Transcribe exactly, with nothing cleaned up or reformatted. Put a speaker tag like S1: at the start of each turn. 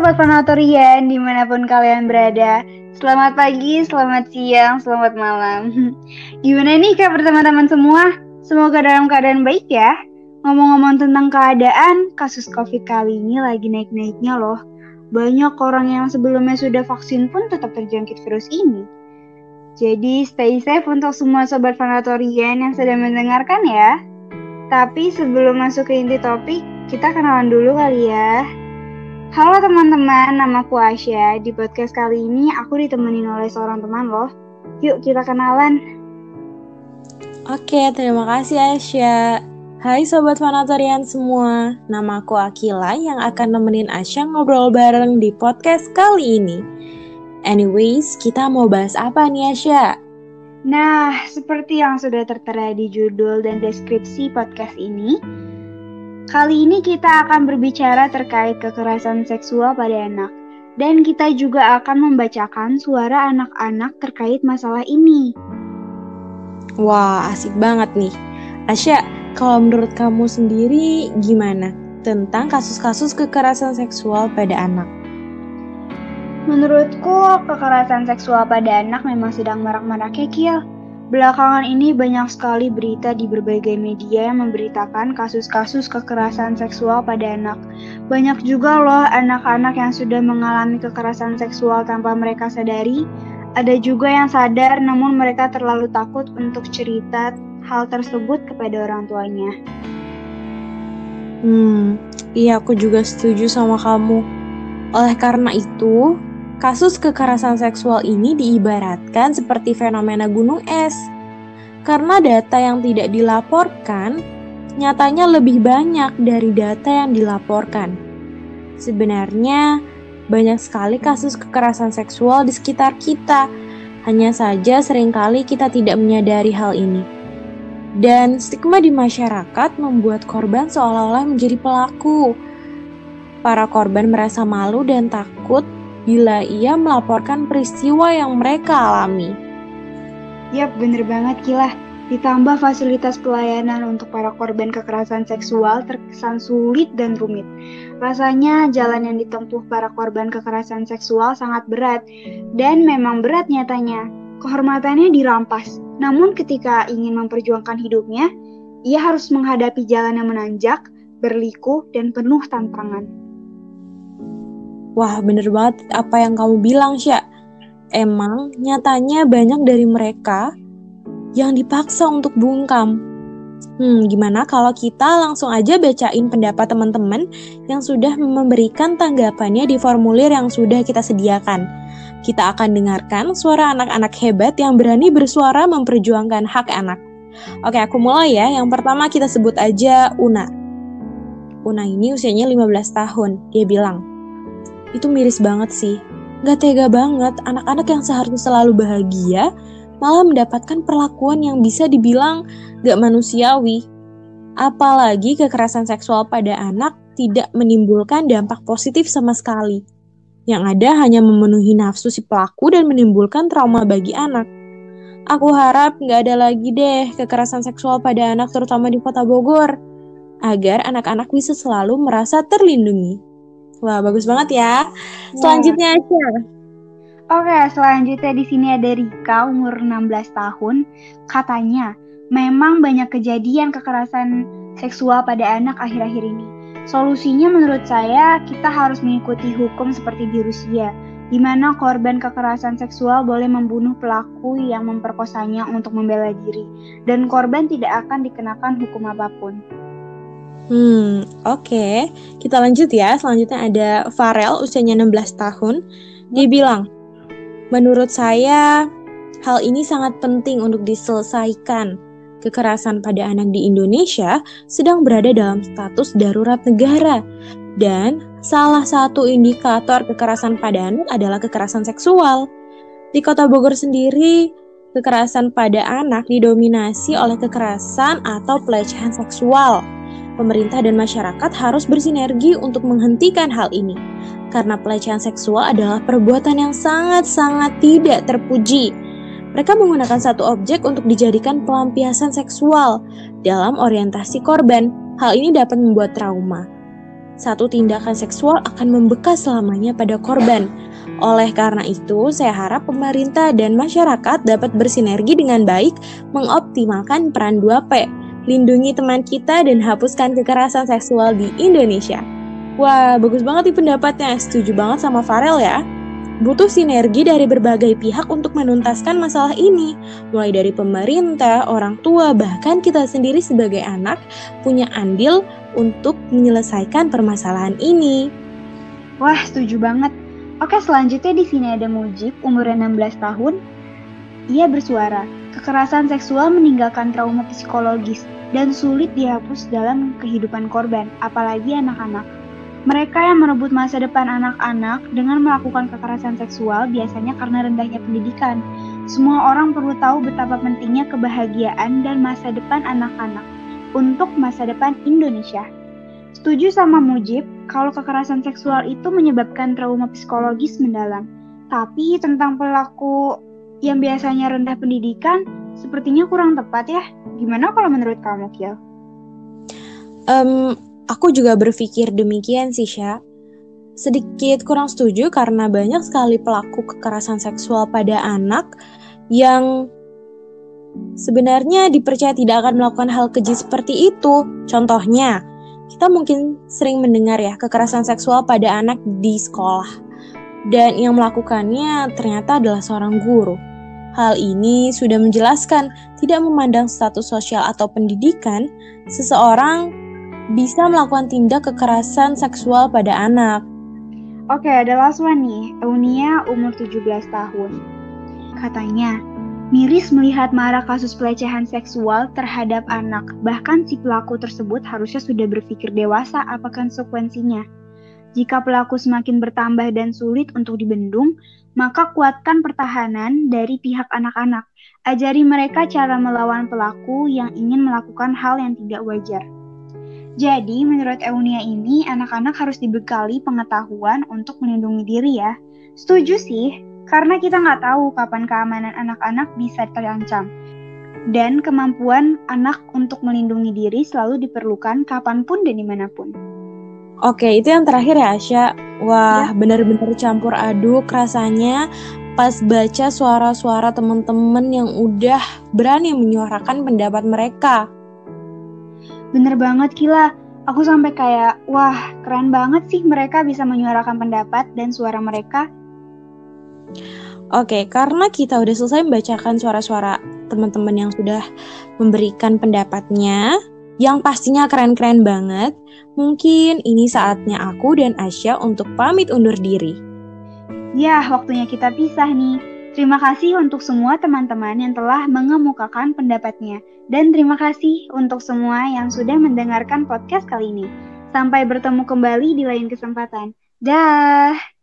S1: Sobat Panatorian dimanapun kalian berada. Selamat pagi, selamat siang, selamat malam. Gimana nih kabar teman-teman semua? Semoga dalam keadaan baik ya. Ngomong-ngomong tentang keadaan, kasus COVID kali ini lagi naik-naiknya loh. Banyak orang yang sebelumnya sudah vaksin pun tetap terjangkit virus ini. Jadi stay safe untuk semua Sobat Panatorian yang sedang mendengarkan ya. Tapi sebelum masuk ke inti topik, kita kenalan dulu kali ya. Halo teman-teman, namaku Asya. Di podcast kali ini aku ditemenin oleh seorang teman loh. Yuk kita kenalan.
S2: Oke, terima kasih Asya. Hai Sobat Panatorian semua, namaku Akila yang akan nemenin Asya ngobrol bareng di podcast kali ini. Anyways, kita mau bahas apa nih Asya?
S1: Nah, seperti yang sudah tertera di judul dan deskripsi podcast ini, kali ini kita akan berbicara terkait kekerasan seksual pada anak. Dan kita juga akan membacakan suara anak-anak terkait masalah ini.
S2: Wah, asik banget nih. Asya, kalau menurut kamu sendiri gimana tentang kasus-kasus kekerasan seksual pada anak?
S1: Menurutku, kekerasan seksual pada anak memang sedang marak-maraknya, Kil. Belakangan ini banyak sekali berita di berbagai media yang memberitakan kasus-kasus kekerasan seksual pada anak. Banyak juga loh anak-anak yang sudah mengalami kekerasan seksual tanpa mereka sadari. Ada juga yang sadar namun mereka terlalu takut untuk cerita hal tersebut kepada orang tuanya.
S2: Hmm, iya aku juga setuju sama kamu. Oleh karena itu, kasus kekerasan seksual ini diibaratkan seperti fenomena gunung es. Karena data yang tidak dilaporkan, nyatanya lebih banyak dari data yang dilaporkan. Sebenarnya, banyak sekali kasus kekerasan seksual di sekitar kita. Hanya saja seringkali kita tidak menyadari hal ini. Dan stigma di masyarakat membuat korban seolah-olah menjadi pelaku. Para korban merasa malu dan takut bila ia melaporkan peristiwa yang mereka alami.
S1: Yap, bener banget Kila. Ditambah fasilitas pelayanan untuk para korban kekerasan seksual terkesan sulit dan rumit. Rasanya jalan yang ditempuh para korban kekerasan seksual sangat berat. Dan memang berat nyatanya. Kehormatannya dirampas. Namun ketika ingin memperjuangkan hidupnya, ia harus menghadapi jalan yang menanjak, berliku, dan penuh tantangan.
S2: Wah, bener banget apa yang kamu bilang, Sya. Emang nyatanya banyak dari mereka yang dipaksa untuk bungkam. Hmm, gimana kalau kita langsung aja bacain pendapat teman-teman yang sudah memberikan tanggapannya di formulir yang sudah kita sediakan. Kita akan dengarkan suara anak-anak hebat yang berani bersuara memperjuangkan hak anak. Oke, aku mulai ya. Yang pertama kita sebut aja Una. Una ini usianya lima belas tahun. Dia bilang, itu miris banget sih. Gak tega banget anak-anak yang seharusnya selalu bahagia malah mendapatkan perlakuan yang bisa dibilang gak manusiawi. Apalagi kekerasan seksual pada anak tidak menimbulkan dampak positif sama sekali. Yang ada hanya memenuhi nafsu si pelaku dan menimbulkan trauma bagi anak. Aku harap gak ada lagi deh kekerasan seksual pada anak terutama di Kota Bogor. Agar anak-anak bisa selalu merasa terlindungi. Wah, bagus banget ya. Selanjutnya aja.
S1: Oke, selanjutnya di sini ada Rika, umur enam belas tahun. Katanya, memang banyak kejadian kekerasan seksual pada anak akhir-akhir ini. Solusinya menurut saya, kita harus mengikuti hukum seperti di Rusia, di mana korban kekerasan seksual boleh membunuh pelaku yang memperkosanya untuk membela diri, dan korban tidak akan dikenakan hukum apapun.
S2: Hmm, oke. Okay. Kita lanjut ya. Selanjutnya ada Farel, usianya enam belas tahun. Dia bilang, menurut saya, hal ini sangat penting untuk diselesaikan. Kekerasan pada anak di Indonesia sedang berada dalam status darurat negara. Dan salah satu indikator kekerasan pada anak adalah kekerasan seksual. Di Kota Bogor sendiri, kekerasan pada anak didominasi oleh kekerasan atau pelecehan seksual. Pemerintah dan masyarakat harus bersinergi untuk menghentikan hal ini. Karena pelecehan seksual adalah perbuatan yang sangat-sangat tidak terpuji. Mereka menggunakan satu objek untuk dijadikan pelampiasan seksual dalam orientasi korban. Hal ini dapat membuat trauma. Satu tindakan seksual akan membekas selamanya pada korban. Oleh karena itu, saya harap pemerintah dan masyarakat dapat bersinergi dengan baik mengoptimalkan peran dua P, lindungi teman kita dan hapuskan kekerasan seksual di Indonesia. Wah, bagus banget nih pendapatnya. Setuju banget sama Farel ya. Butuh sinergi dari berbagai pihak untuk menuntaskan masalah ini. Mulai dari pemerintah, orang tua, bahkan kita sendiri sebagai anak punya andil untuk menyelesaikan permasalahan ini.
S1: Wah, setuju banget. Oke, selanjutnya di sini ada Mujib, umur enam belas tahun. Ia bersuara, kekerasan seksual meninggalkan trauma psikologis dan sulit dihapus dalam kehidupan korban, apalagi anak-anak. Mereka yang merebut masa depan anak-anak dengan melakukan kekerasan seksual biasanya karena rendahnya pendidikan. Semua orang perlu tahu betapa pentingnya kebahagiaan dan masa depan anak-anak untuk masa depan Indonesia. Setuju sama Mujib kalau kekerasan seksual itu menyebabkan trauma psikologis mendalam. Tapi tentang pelaku yang biasanya rendah pendidikan, sepertinya kurang tepat ya. Gimana kalau menurut kamu, Kiel?
S2: Um, Aku juga berpikir demikian sih, Sya. Sedikit kurang setuju karena banyak sekali pelaku kekerasan seksual pada anak yang sebenarnya dipercaya tidak akan melakukan hal keji seperti itu. Contohnya, kita mungkin sering mendengar ya kekerasan seksual pada anak di sekolah. Dan yang melakukannya ternyata adalah seorang guru. Hal ini sudah menjelaskan tidak memandang status sosial atau pendidikan, seseorang bisa melakukan tindak kekerasan seksual pada anak.
S1: Oke, ada last one nih. Eunia umur tujuh belas tahun. Katanya, miris melihat marak kasus pelecehan seksual terhadap anak. Bahkan si pelaku tersebut harusnya sudah berpikir dewasa apa konsekuensinya. Jika pelaku semakin bertambah dan sulit untuk dibendung, maka kuatkan pertahanan dari pihak anak-anak. Ajari mereka cara melawan pelaku yang ingin melakukan hal yang tidak wajar. Jadi, menurut Eunia ini, anak-anak harus dibekali pengetahuan untuk melindungi diri ya. Setuju sih, karena kita nggak tahu kapan keamanan anak-anak bisa terancam. Dan kemampuan anak untuk melindungi diri selalu diperlukan kapanpun dan dimanapun.
S2: Oke, itu yang terakhir ya, Asya. Wah, ya. Benar-benar campur aduk rasanya pas baca suara-suara teman-teman yang udah berani menyuarakan pendapat mereka.
S1: Bener banget, Kila. Aku sampai kayak, wah, keren banget sih mereka bisa menyuarakan pendapat dan suara mereka.
S2: Oke, karena kita udah selesai membacakan suara-suara teman-teman yang sudah memberikan pendapatnya, yang pastinya keren-keren banget, mungkin ini saatnya aku dan Asya untuk pamit undur diri.
S1: Ya, waktunya kita pisah nih. Terima kasih untuk semua teman-teman yang telah mengemukakan pendapatnya. Dan terima kasih untuk semua yang sudah mendengarkan podcast kali ini. Sampai bertemu kembali di lain kesempatan. Dah!